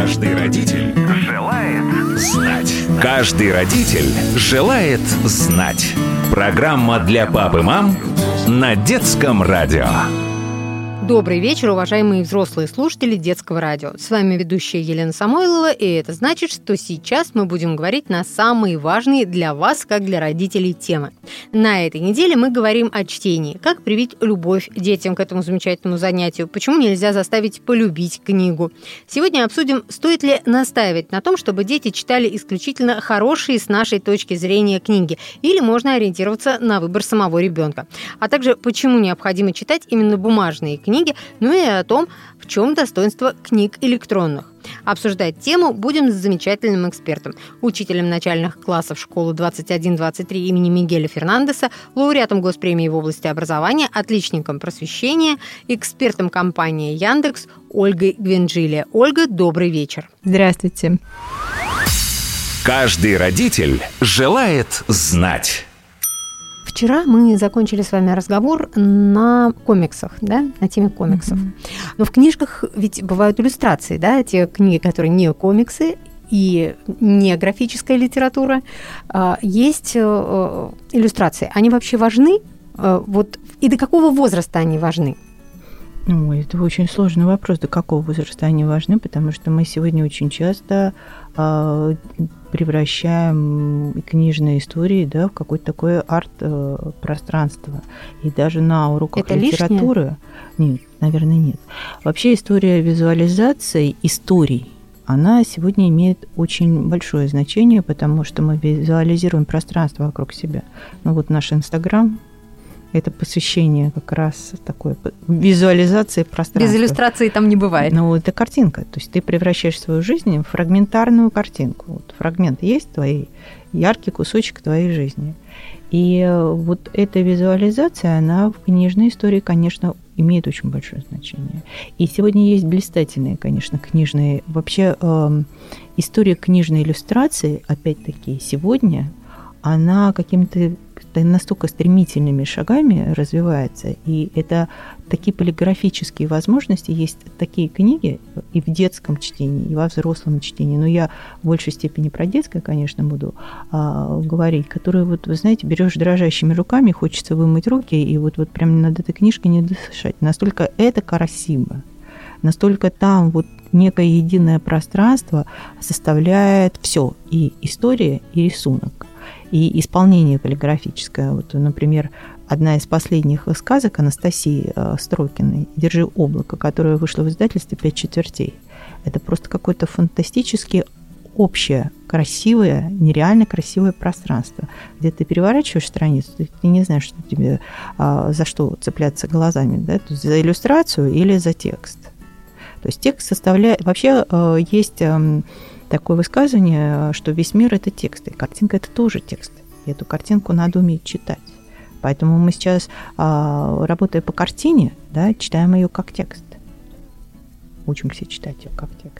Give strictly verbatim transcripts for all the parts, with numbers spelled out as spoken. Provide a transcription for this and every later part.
Каждый родитель желает знать. Каждый родитель желает знать. Программа для пап и мам на Детском радио. Добрый вечер, уважаемые взрослые слушатели Детского радио. С вами ведущая Елена Самойлова, и это значит, что сейчас мы будем говорить на самые важные для вас, как для родителей, темы. На этой неделе мы говорим о чтении, как привить любовь детям к этому замечательному занятию, почему нельзя заставить полюбить книгу. Сегодня обсудим, стоит ли настаивать на том, чтобы дети читали исключительно хорошие с нашей точки зрения книги, или можно ориентироваться на выбор самого ребенка. А также, почему необходимо читать именно бумажные книги, ну и о том, в чем достоинство книг электронных. Обсуждать тему будем с замечательным экспертом, учителем начальных классов школы двадцать один двадцать три имени Мигеля Фернандеса, лауреатом госпремии в области образования, отличником просвещения, экспертом компании Яндекс Ольгой Гвенджиля. Ольга, добрый вечер. Здравствуйте. Каждый родитель желает знать. Вчера мы закончили с вами разговор на комиксах, да, на теме комиксов. Mm-hmm. Но в книжках ведь бывают иллюстрации, да, те книги, которые не комиксы и не графическая литература, есть иллюстрации. Они вообще важны? Вот, и до какого возраста они важны? Ну, это очень сложный вопрос, до какого возраста они важны, потому что мы сегодня очень часто э, превращаем книжные истории, да, в какое-то такое арт-пространство. И даже на уроках это литературы... Лишнее? Нет, наверное, нет. Вообще история визуализации историй, она сегодня имеет очень большое значение, потому что мы визуализируем пространство вокруг себя. Ну вот наш Инстаграм, это посвящение как раз такой визуализации пространства. Без иллюстрации там не бывает. Ну, это картинка. То есть ты превращаешь свою жизнь в фрагментарную картинку. Вот фрагмент есть твой, яркий кусочек твоей жизни. И вот эта визуализация, она в книжной истории, конечно, имеет очень большое значение. И сегодня есть блистательные, конечно, книжные... Вообще э, история книжной иллюстрации, опять-таки, сегодня, она каким-то настолько стремительными шагами развивается, и это такие полиграфические возможности, есть такие книги и в детском чтении, и во взрослом чтении, но я в большей степени про детское, конечно, буду а, говорить, которые, вот, вы знаете, берешь дрожащими руками, хочется вымыть руки, и вот, вот прям над этой книжкой не дышать. Настолько это красиво, настолько там вот некое единое пространство составляет все, и история, и рисунок, и исполнение полиграфическое. Вот, например, одна из последних сказок Анастасии Строкиной «Держи облако», которая вышла в издательстве «Пять четвертей». Это просто какое-то фантастически общее, красивое, нереально красивое пространство, где ты переворачиваешь страницу, ты не знаешь, что тебе, за что цепляться глазами, да? То есть за иллюстрацию или за текст. То есть текст составляет... Вообще есть такое высказывание, что весь мир – это текст, и картинка – это тоже текст. И эту картинку надо уметь читать. Поэтому мы сейчас, работая по картине, да, читаем ее как текст. Учимся читать ее как текст.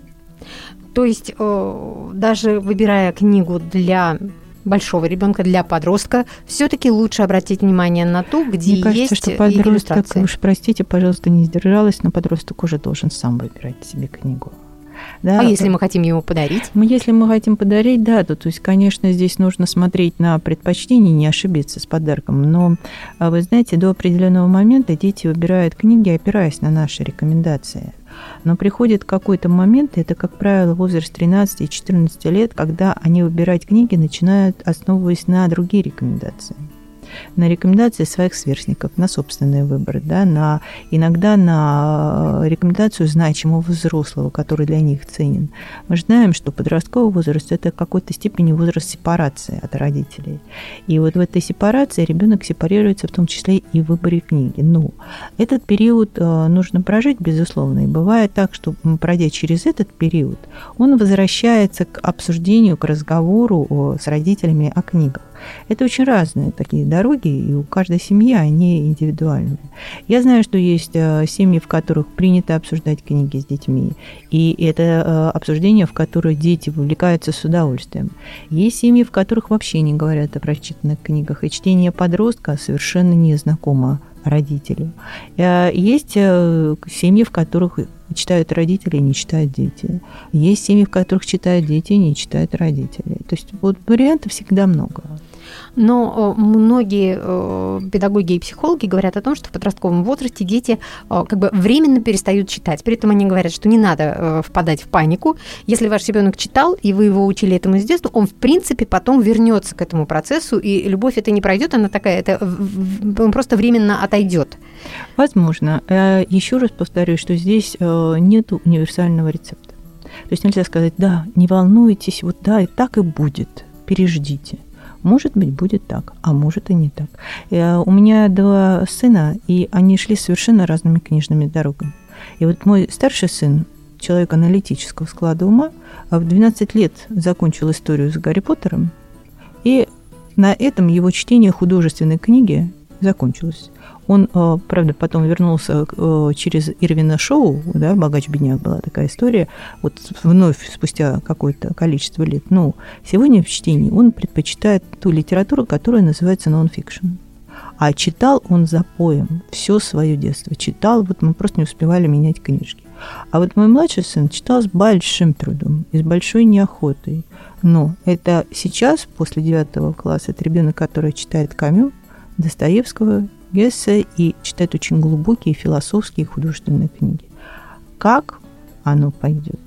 То есть даже выбирая книгу для большого ребенка, для подростка, все-таки лучше обратить внимание на ту, где Мне кажется, есть что подросток, иллюстрации. Уж простите, пожалуйста, не сдержалась, но подросток уже должен сам выбирать себе книгу. Да, а если мы хотим ему подарить? Если мы хотим подарить, да, то, то есть, конечно, здесь нужно смотреть на предпочтение, не ошибиться с подарком. Но, вы знаете, до определенного момента дети выбирают книги, опираясь на наши рекомендации. Но приходит какой-то момент, это, как правило, возраст тринадцати-четырнадцати лет, когда они выбирать книги начинают, основываясь на другие рекомендации. На рекомендации своих сверстников, на собственный выбор, да, на, иногда на рекомендацию значимого взрослого, который для них ценен. Мы же знаем, что подростковый возраст – это в какой-то степени возраст сепарации от родителей. И вот в этой сепарации ребенок сепарируется в том числе и в выборе книги. Но этот период нужно прожить, безусловно. И бывает так, что, пройдя через этот период, он возвращается к обсуждению, к разговору с родителями о книгах. Это очень разные такие дороги, и у каждой семьи они индивидуальные. Я знаю, что есть семьи, в которых принято обсуждать книги с детьми, и это обсуждение, в которое дети вовлекаются с удовольствием. Есть семьи, в которых вообще не говорят о прочитанных книгах, и чтение подростка совершенно не знакомо родителю. Есть семьи, в которых читают родители и не читают дети. Есть семьи, в которых читают дети и не читают родители. То есть вот вариантов всегда много. Но многие педагоги и психологи говорят о том, что в подростковом возрасте дети как бы временно перестают читать. При этом они говорят, что не надо впадать в панику. Если ваш ребенок читал, и вы его учили этому с детства, он, в принципе, потом вернется к этому процессу, и любовь это не пройдет, она такая, это, он просто временно отойдет. Возможно. Еще раз повторюсь, что здесь нет универсального рецепта. То есть нельзя сказать, да, не волнуйтесь, вот да, и так и будет, переждите. Может быть, будет так, а может и не так. У меня два сына, и они шли совершенно разными книжными дорогами. И вот мой старший сын, человек аналитического склада ума, в двенадцать лет закончил историю с Гарри Поттером, и на этом его чтение художественной книги закончилось. Он, правда, потом вернулся через Ирвина Шоу, да, «Богач-бедняк» была такая история, вот вновь спустя какое-то количество лет. Но сегодня в чтении он предпочитает ту литературу, которая называется нон-фикшн. А читал он запоем все свое детство. Читал, вот мы просто не успевали менять книжки. А вот мой младший сын читал с большим трудом и с большой неохотой. Но это сейчас, после девятого класса, это ребенок, который читает Камю, Достоевского, Гессе и читает очень глубокие философские и художественные книги. Как оно пойдет?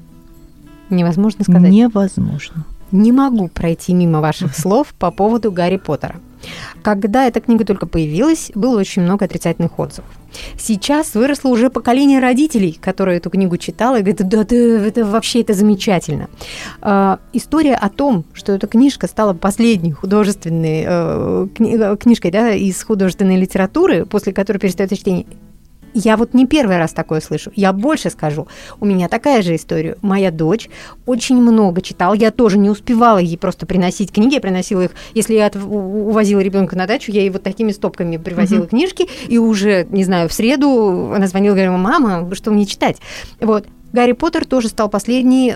Невозможно сказать. Невозможно. Не могу пройти мимо ваших слов по поводу Гарри Поттера. Когда эта книга только появилась, было очень много отрицательных отзывов. Сейчас выросло уже поколение родителей, которые эту книгу читало и говорят, да, да, это вообще это замечательно. Э, история о том, что эта книжка стала последней художественной э, кни- книжкой, да, из художественной литературы, после которой перестает чтение, я вот не первый раз такое слышу. Я больше скажу. У меня такая же история. Моя дочь очень много читала. Я тоже не успевала ей просто приносить книги. Я приносила их, если я увозила ребенка на дачу, я ей вот такими стопками привозила uh-huh. книжки, и уже, не знаю, в среду она звонила и говорила, мама, что мне читать? Вот. Гарри Поттер тоже стал последней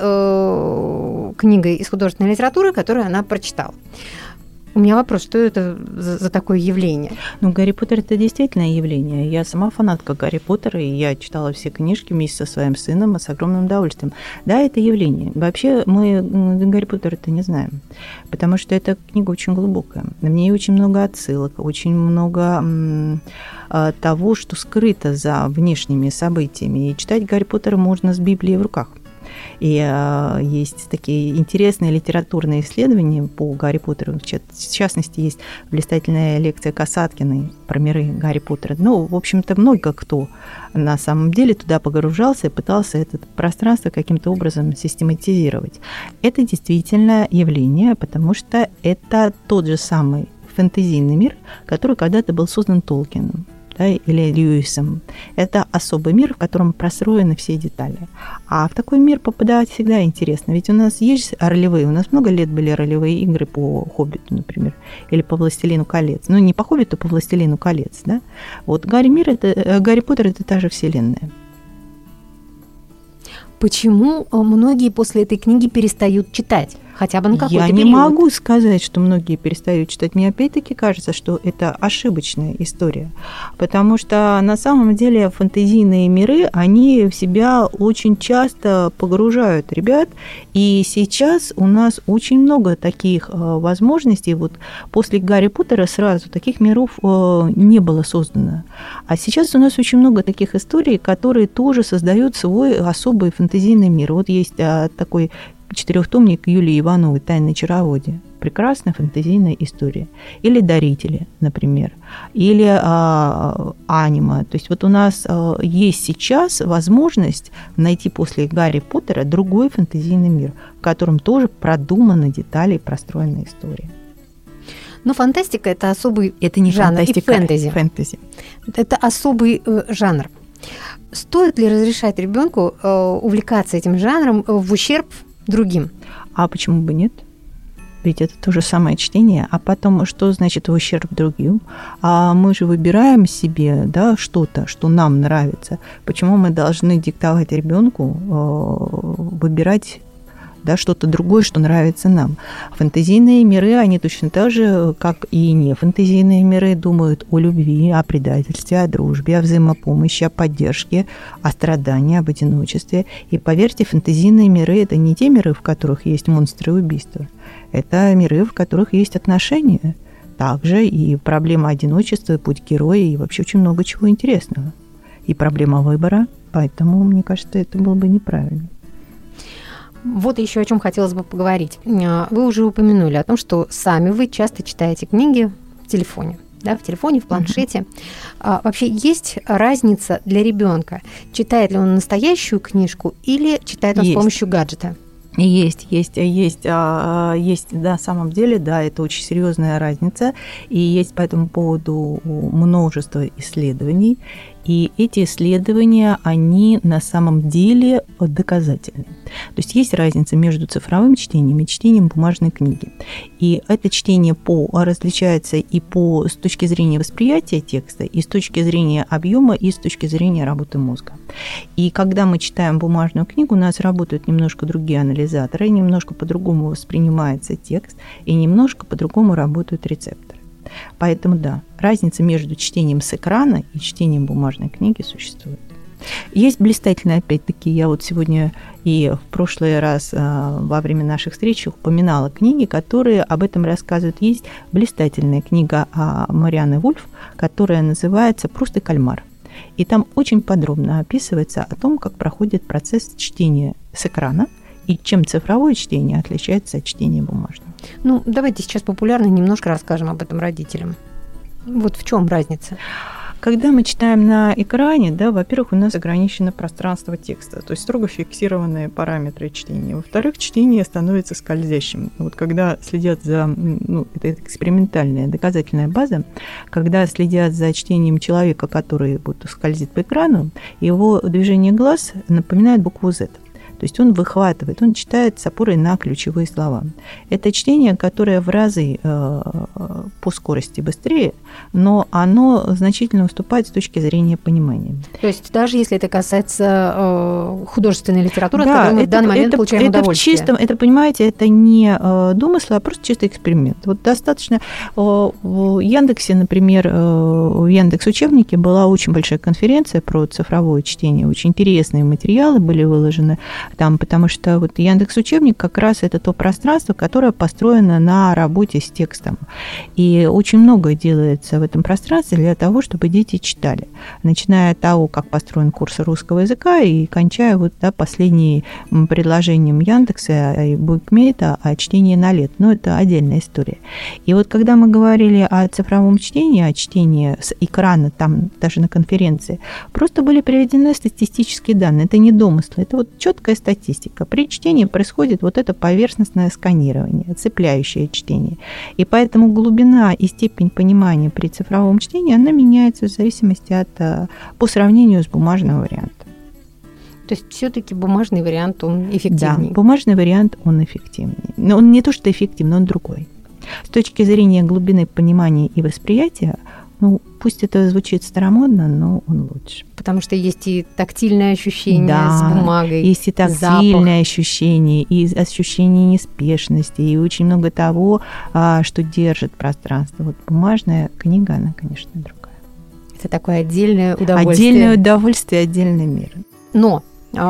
э, книгой из художественной литературы, которую она прочитала. У меня вопрос, что это за, за такое явление? Ну, Гарри Поттер – это действительно явление. Я сама фанатка Гарри Поттера, и я читала все книжки вместе со своим сыном с огромным удовольствием. Да, это явление. Вообще мы Гарри Поттера-то не знаем, потому что эта книга очень глубокая. В ней очень много отсылок, очень много м- того, что скрыто за внешними событиями. И читать Гарри Поттера можно с Библией в руках. И э, есть такие интересные литературные исследования по Гарри Поттеру. В частности, есть блистательная лекция Касаткиной про миры Гарри Поттера. Ну, в общем-то, много кто на самом деле туда погружался и пытался это пространство каким-то образом систематизировать. Это действительно явление, потому что это тот же самый фэнтезийный мир, который когда-то был создан Толкином. Да, или Льюисом. Это особый мир, в котором простроены все детали. А в такой мир попадать всегда интересно. Ведь у нас есть ролевые. У нас много лет были ролевые игры по «Хоббиту», например, или по «Властелину колец». Ну, не по «Хоббиту», по «Властелину колец». Да? Вот Гарри, мир это, Гарри Поттер – это та же вселенная. Почему многие после этой книги перестают читать? Хотя бы на какой-то Я период. не могу сказать, что многие перестают читать. Мне опять-таки кажется, что это ошибочная история. Потому что на самом деле фэнтезийные миры, они в себя очень часто погружают ребят. И сейчас у нас очень много таких возможностей. Вот после Гарри Поттера сразу таких миров не было создано. А сейчас у нас очень много таких историй, которые тоже создают свой особый фэнтезийный мир. Вот есть такой четырехтомник Юлии Ивановой «Тайны чароводия». Прекрасная фэнтезийная история. Или «Дарители», например. Или а, «Анима». То есть вот у нас а, есть сейчас возможность найти после Гарри Поттера другой фэнтезийный мир, в котором тоже продуманы детали и простроена история. Но фантастика – это особый это не жанр. Фантастика, и фэнтези. фэнтези. Это особый э, жанр. Стоит ли разрешать ребенку э, увлекаться этим жанром в ущерб другим? А почему бы нет? Ведь это то же самое чтение. А потом, что значит в ущерб другим? А мы же выбираем себе, да, что-то, что нам нравится. Почему мы должны диктовать ребенку э, выбирать да, что-то другое, что нравится нам. Фэнтезийные миры, они точно так же, как и не фэнтезийные миры, думают о любви, о предательстве, о дружбе, о взаимопомощи, о поддержке, о страдании, об одиночестве. И поверьте, фэнтезийные миры – это не те миры, в которых есть монстры и убийства. Это миры, в которых есть отношения. Также и проблема одиночества, путь героя, и вообще очень много чего интересного. И проблема выбора, поэтому, мне кажется, это было бы неправильно. Вот еще о чем хотелось бы поговорить. Вы уже упомянули о том, что сами вы часто читаете книги в телефоне. Да, в телефоне, в планшете. Uh-huh. А, вообще есть разница для ребенка, читает ли он настоящую книжку или читает он есть. С помощью гаджета? Есть, есть, есть, есть, да, на самом деле, да, это очень серьезная разница, и есть по этому поводу множество исследований, и эти исследования, они на самом деле доказательны. То есть есть разница между цифровым чтением и чтением бумажной книги. И это чтение по, различается и по, с точки зрения восприятия текста, и с точки зрения объема, и с точки зрения работы мозга. И когда мы читаем бумажную книгу, у нас работают немножко другие анализаторы, немножко по-другому воспринимается текст, и немножко по-другому работают рецепторы. Поэтому, да, разница между чтением с экрана и чтением бумажной книги существует. Есть блистательные, опять-таки, я вот сегодня и в прошлый раз во время наших встреч упоминала книги, которые об этом рассказывают. Есть блистательная книга Марианны Вульф, которая называется «Пруст и кальмар». И там очень подробно описывается о том, как проходит процесс чтения с экрана и чем цифровое чтение отличается от чтения бумажного. Ну, давайте сейчас популярно немножко расскажем об этом родителям. Вот в чем разница? Когда мы читаем на экране, да, во-первых, у нас ограничено пространство текста, то есть строго фиксированные параметры чтения. Во-вторых, чтение становится скользящим. Вот когда следят за, ну, это экспериментальная доказательная база, когда следят за чтением человека, который вот скользит по экрану, его движение глаз напоминает букву Z. То есть он выхватывает, он читает с опорой на ключевые слова. Это чтение, которое в разы э, по скорости быстрее, но оно значительно уступает с точки зрения понимания. То есть даже если это касается э, художественной литературы, да, от которой мы это, в данный момент это, получаем это удовольствие. В чистом, это, понимаете, это не э, домыслы, а просто чистый эксперимент. Вот достаточно э, в Яндексе, например, э, в Яндекс.Учебнике была очень большая конференция про цифровое чтение, очень интересные материалы были выложены там, потому что вот Яндекс.Учебник как раз это то пространство, которое построено на работе с текстом. И очень многое делается в этом пространстве для того, чтобы дети читали. Начиная от того, как построен курс русского языка, и кончая вот, да, последним предложением Яндекса и Букмейта о чтении на лет. Но это отдельная история. И вот когда мы говорили о цифровом чтении, о чтении с экрана, там даже на конференции, просто были приведены статистические данные. Это не домыслы, это вот четкая статистика. При чтении происходит вот это поверхностное сканирование, цепляющее чтение. И поэтому глубина и степень понимания при цифровом чтении, она меняется в зависимости от, по сравнению с бумажным вариантом. То есть все-таки бумажный вариант, он эффективнее? Да, бумажный вариант, он эффективнее. Но он не то, что эффективный, он другой. С точки зрения глубины понимания и восприятия, ну, пусть это звучит старомодно, но он лучше. Потому что есть и тактильное ощущение, да, с бумагой, есть и тактильное запах. Ощущение, и ощущение неспешности, и очень много того, что держит пространство. Вот бумажная книга, она, конечно, другая. Это такое отдельное удовольствие. Отдельное удовольствие, отдельный мир. Но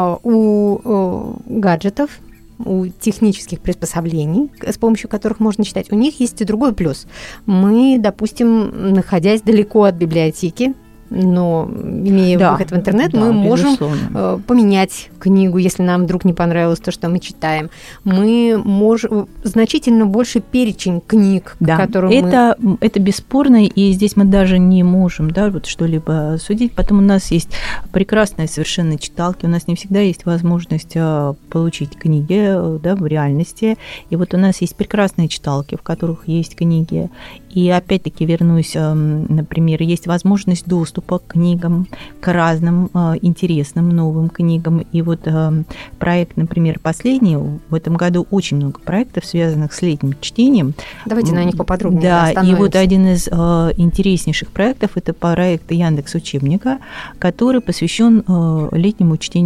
у гаджетов, у технических приспособлений, с помощью которых можно читать, у них есть и другой плюс. Мы, допустим, находясь далеко от библиотеки, но имея да, выход в интернет, да, мы можем безусловно. Поменять книгу, если нам вдруг не понравилось то, что мы читаем. Мы можем значительно больше перечень книг, да, которые это, мы... это бесспорно, и здесь мы даже не можем, да, вот что-либо судить. Потом у нас есть прекрасные совершенно читалки, у нас не всегда есть возможность получить книги, да, в реальности. И вот у нас есть прекрасные читалки, в которых есть книги. И опять-таки вернусь, например, есть возможность доступа к книгам, к разным интересным новым книгам. И вот проект, например, последний, в этом году очень много проектов, связанных с летним чтением. Давайте на них поподробнее да, и вот один из интереснейших проектов – это проект Яндекс.Учебника, который посвящен летнему чтению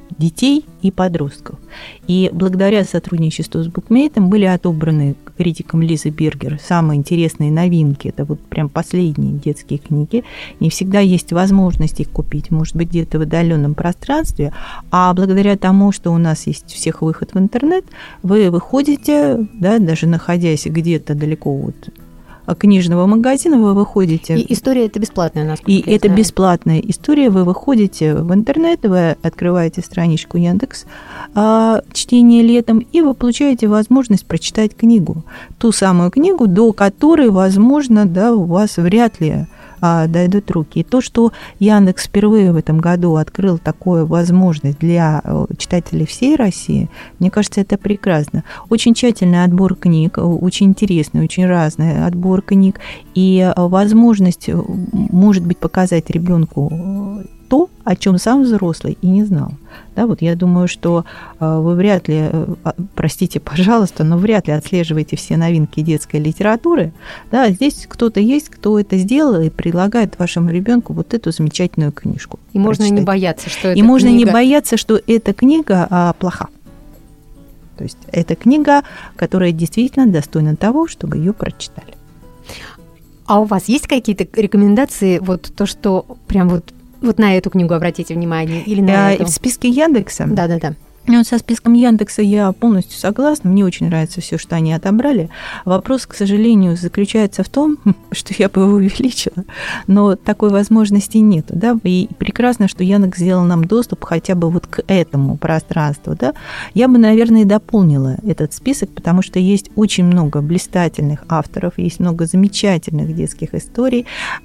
детей и подростков. И благодаря сотрудничеству с букмейтом были отобраны критиком Лизы Бергер самые интересные новинки. Это вот прям последние детские книги. Не всегда есть возможность их купить, может быть, где-то в отдаленном пространстве. А благодаря тому, что у нас есть у всех выход в интернет, вы выходите, да, даже находясь где-то далеко от книжного магазина, вы выходите... И история это бесплатная, насколько И я это знаю. бесплатная история. Вы выходите в интернет, вы открываете страничку Яндекс а, чтение летом, и вы получаете возможность прочитать книгу. Ту самую книгу, до которой, возможно, да, у вас вряд ли а, дойдут руки. И то, что Яндекс впервые в этом году открыл такую возможность для читателей всей России, мне кажется, это прекрасно. Очень тщательный отбор книг, очень интересный, очень разный отбор книг, и возможность, может быть, показать ребенку то, о чем сам взрослый и не знал. Да, вот я думаю, что вы вряд ли, простите, пожалуйста, но вряд ли отслеживаете все новинки детской литературы. Да, здесь кто-то есть, кто это сделал и предлагает вашему ребенку вот эту замечательную книжку. И можно прочитать. не бояться, что это И можно книга... не бояться, что эта книга а, плоха. То есть это книга, которая действительно достойна того, чтобы ее прочитали. А у вас есть какие-то рекомендации, вот то, что прям вот Вот на эту книгу обратите внимание или на эту? В списке Яндекса? Да-да-да. Ну, со списком Яндекса я полностью согласна. Мне очень нравится все, что они отобрали. Вопрос, к сожалению, заключается в том, что я бы его увеличила, но такой возможности нет. Да? И прекрасно, что Яндекс сделал нам доступ хотя бы вот к этому пространству. Да? Я бы, наверное, и дополнила этот список, потому что есть очень много блистательных авторов, есть много замечательных детских историй.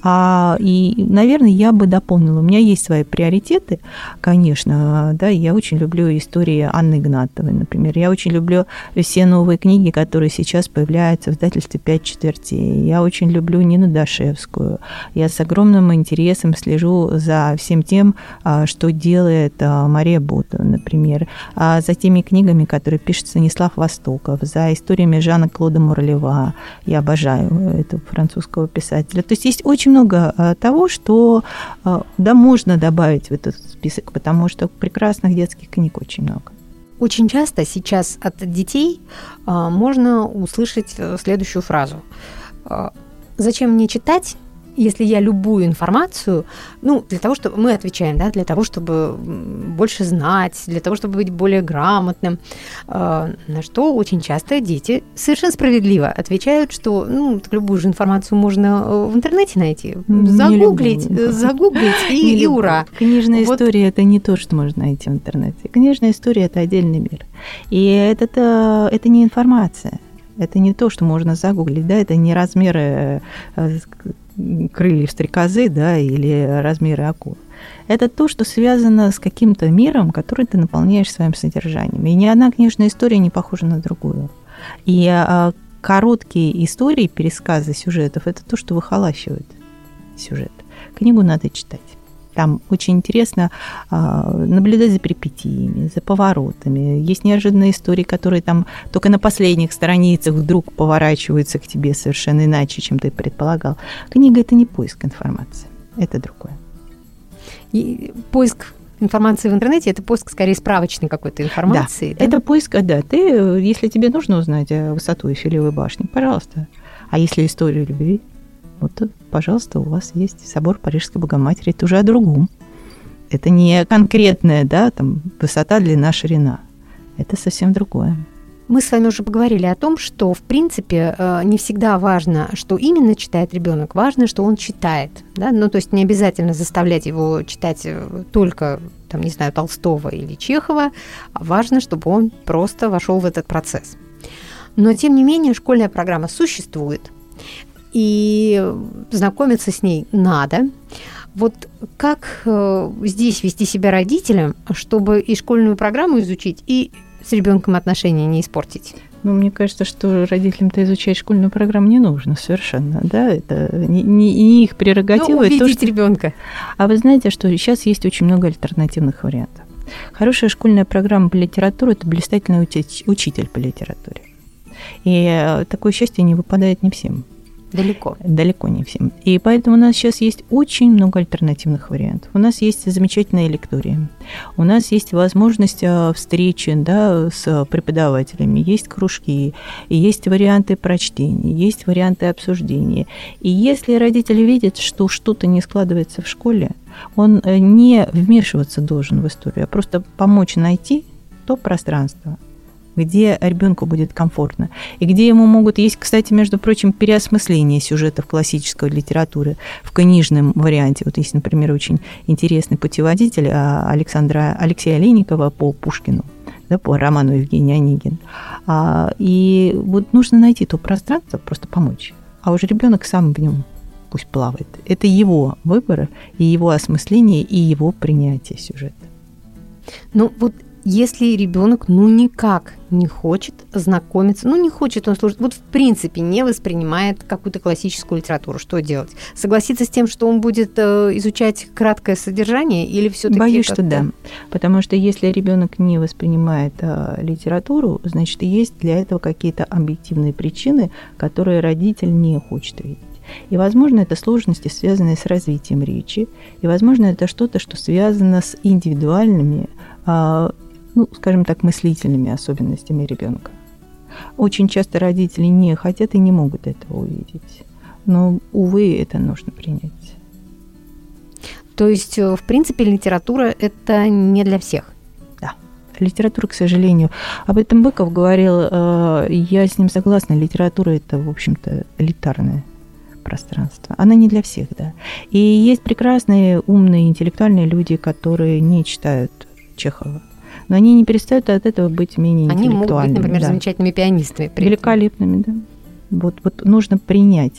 И, наверное, я бы дополнила. У меня есть свои приоритеты, конечно. Да? Я очень люблю истории Анны Игнатовой, например. Я очень люблю все новые книги, которые сейчас появляются в издательстве «Пять четвертей». Я очень люблю Нину Дашевскую. Я с огромным интересом слежу за всем тем, что делает Мария Ботова, например, за теми книгами, которые пишет Станислав Востоков, за историями Жана-Клода Мурлева. Я обожаю этого французского писателя. То есть есть очень много того, что, да, можно добавить в этот список, потому что прекрасных детских книг очень много. Очень часто сейчас от детей а, можно услышать следующую фразу. А, «Зачем мне читать, если я любую информацию...» Ну, для того, чтобы... Мы отвечаем, да, для того, чтобы больше знать, для того, чтобы быть более грамотным. А, на что очень часто дети совершенно справедливо отвечают, что ну, любую же информацию можно в интернете найти. Загуглить, загуглить и, и ура. Книжная вот. история – это не то, что можно найти в интернете. Книжная история – это отдельный мир. И это, это, это не информация. Это не то, что можно загуглить, да, это не размеры крыльев стрекозы, да, или размеры акул. Это то, что связано с каким-то миром, который ты наполняешь своим содержанием. И ни одна книжная история не похожа на другую. И а, короткие истории, пересказы сюжетов – это то, что выхолащивает сюжет. Книгу надо читать. Там очень интересно а, наблюдать за перипетиями, за поворотами. Есть неожиданные истории, которые там только на последних страницах вдруг поворачиваются к тебе совершенно иначе, чем ты предполагал. Книга – это не поиск информации, это другое. И поиск информации в интернете – это поиск скорее справочной какой-то информации. Да, да? это поиск, да. Ты, если тебе нужно узнать высоту Эйфелевой башни, пожалуйста. А если историю любви? Вот, пожалуйста, у вас есть собор Парижской Богоматери. Это уже о другом. Это не конкретная, да, там, высота, длина, ширина. Это совсем другое. Мы с вами уже поговорили о том, что, в принципе, не всегда важно, что именно читает ребенок, важно, что он читает. Да? Ну, то есть не обязательно заставлять его читать только, там, не знаю, Толстого или Чехова, а важно, чтобы он просто вошел в этот процесс. Но, тем не менее, школьная программа существует, и знакомиться с ней надо. Вот как э, здесь вести себя родителям, чтобы и школьную программу изучить, и с ребенком отношения не испортить? Ну, мне кажется, что родителям-то изучать школьную программу не нужно совершенно, да, это не, не, не их прерогатива. Ну, убедить что... ребенка. А вы знаете, что сейчас есть очень много альтернативных вариантов. Хорошая школьная программа по литературе – это блистательный учитель по литературе. И такое счастье не выпадает не всем. Далеко. Далеко не всем. И поэтому у нас сейчас есть очень много альтернативных вариантов. У нас есть замечательная лектория. У нас есть возможность встречи, да, с преподавателями, есть кружки, есть варианты прочтения, есть варианты обсуждения. И если родители видят, что что-то не складывается в школе, он не вмешиваться должен в историю, а просто помочь найти то пространство, где ребенку будет комфортно, и где ему могут есть, кстати, между прочим, переосмысление сюжетов классической литературы в книжном варианте. Вот есть, например, очень интересный путеводитель Александра Алексея Олейникова по Пушкину, да, по роману Евгений Онегин. И вот нужно найти то пространство, просто помочь, а уже ребенок сам в нем пусть плавает. Это его выборы, и его осмысление, и его принятие сюжета. Ну вот если ребенок ну никак не хочет знакомиться, ну не хочет он слушать, вот в принципе не воспринимает какую-то классическую литературу, что делать? Согласиться с тем, что он будет э, изучать краткое содержание, или все-таки? Боюсь, что да, потому что если ребенок не воспринимает э, литературу, значит, есть для этого какие-то объективные причины, которые родитель не хочет видеть. И, возможно, это сложности, связанные с развитием речи, и, возможно, это что-то, что связано с индивидуальными, э, ну, скажем так, мыслительными особенностями ребенка. Очень часто родители не хотят и не могут этого увидеть. Но, увы, это нужно принять. То есть, в принципе, литература – это не для всех? Да. Литература, к сожалению. Об этом Быков говорил, я с ним согласна, литература – это, в общем-то, элитарная пространство. Она не для всех, да. И есть прекрасные, умные, интеллектуальные люди, которые не читают Чехова. Но они не перестают от этого быть менее они интеллектуальными. Они могут быть, например, да. замечательными пианистами. Великолепными, да. Вот, вот нужно принять,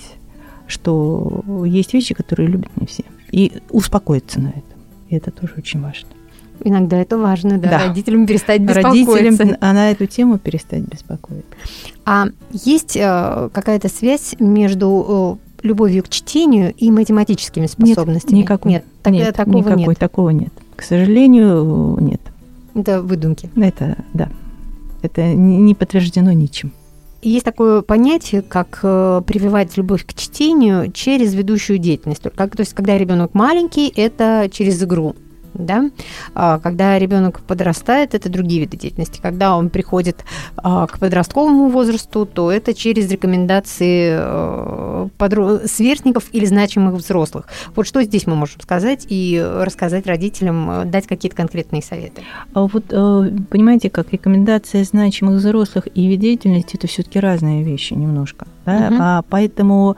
что есть вещи, которые любят не все. И успокоиться на этом. И это тоже очень важно. Иногда это важно, да, да. Родителям перестать беспокоиться. Родителям на эту тему перестать беспокоиться. А есть э, какая-то связь между э, любовью к чтению и математическими способностями? Нет, никакой. Нет, так, нет такого никакой, нет. Такого нет. К сожалению, нет. Это выдумки. Это, да. Это не подтверждено ничем. Есть такое понятие, как э, прививать любовь к чтению через ведущую деятельность. Как, то есть, когда ребенок маленький, это через игру. Да? А когда ребенок подрастает, это другие виды деятельности. Когда он приходит а, к подростковому возрасту, то это через рекомендации а, подро... сверстников или значимых взрослых. Вот что здесь мы можем сказать и рассказать родителям, дать какие-то конкретные советы? Вот понимаете, как рекомендация значимых взрослых и вид деятельности – это все-таки разные вещи немножко. Да? Угу. А поэтому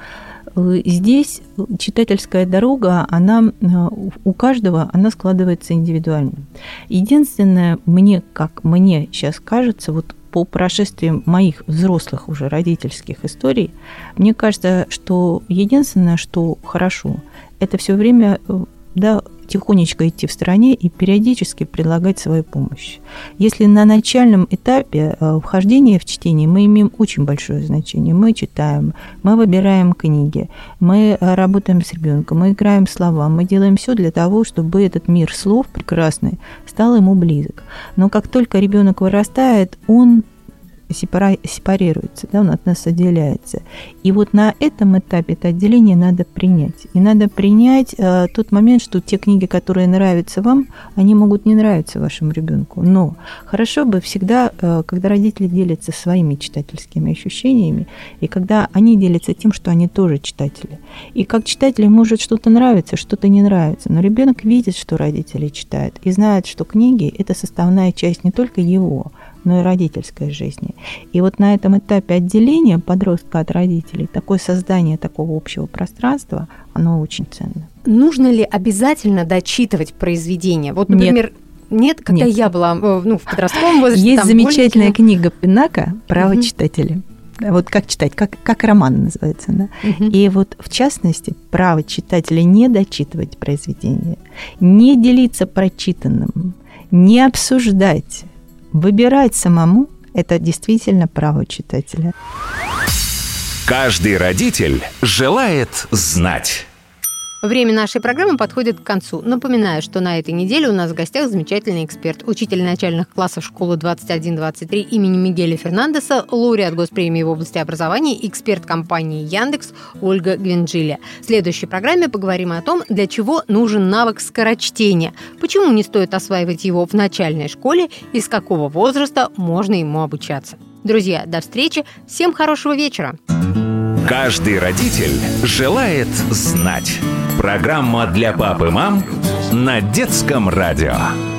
здесь читательская дорога, она у каждого, она складывается индивидуально. Единственное, мне, как мне сейчас кажется, вот по прошествии моих взрослых уже родительских историй, мне кажется, что единственное, что хорошо, это все время, да, тихонечко идти в стороне и периодически предлагать свою помощь. Если на начальном этапе вхождения в чтение мы имеем очень большое значение, мы читаем, мы выбираем книги, мы работаем с ребенком, мы играем слова, мы делаем все для того, чтобы этот мир слов прекрасный стал ему близок. Но как только ребенок вырастает, он сепарируется, да, он от нас отделяется. И вот на этом этапе это отделение надо принять. И надо принять э, тот момент, что те книги, которые нравятся вам, они могут не нравиться вашему ребенку. Но хорошо бы всегда, э, когда родители делятся своими читательскими ощущениями, и когда они делятся тем, что они тоже читатели. И как читателю может что-то нравиться, что-то не нравится. Но ребенок видит, что родители читают, и знает, что книги – это составная часть не только его, но и родительской жизни. И вот на этом этапе отделения подростка от родителей, такое создание такого общего пространства, оно очень ценно. Нужно ли обязательно дочитывать произведение? Вот, например, нет, нет когда нет. я была ну, в подростковом возрасте. Есть замечательная больше... книга Пинака «Право угу. читателя». Вот как читать, как, как роман называется. Да? Угу. И вот в частности, право читателя не дочитывать произведение, не делиться прочитанным, не обсуждать, выбирать самому – это действительно право читателя. Каждый родитель желает знать. Время нашей программы подходит к концу. Напоминаю, что на этой неделе у нас в гостях замечательный эксперт, учитель начальных классов школы двадцать один двадцать три имени Мигеля Фернандеса, лауреат госпремии в области образования, эксперт компании Яндекс Ольга Гвинжиля. В следующей программе поговорим о том, для чего нужен навык скорочтения, почему не стоит осваивать его в начальной школе и с какого возраста можно ему обучаться. Друзья, до встречи, всем хорошего вечера! Каждый родитель желает знать. Программа для пап и мам на Детском радио.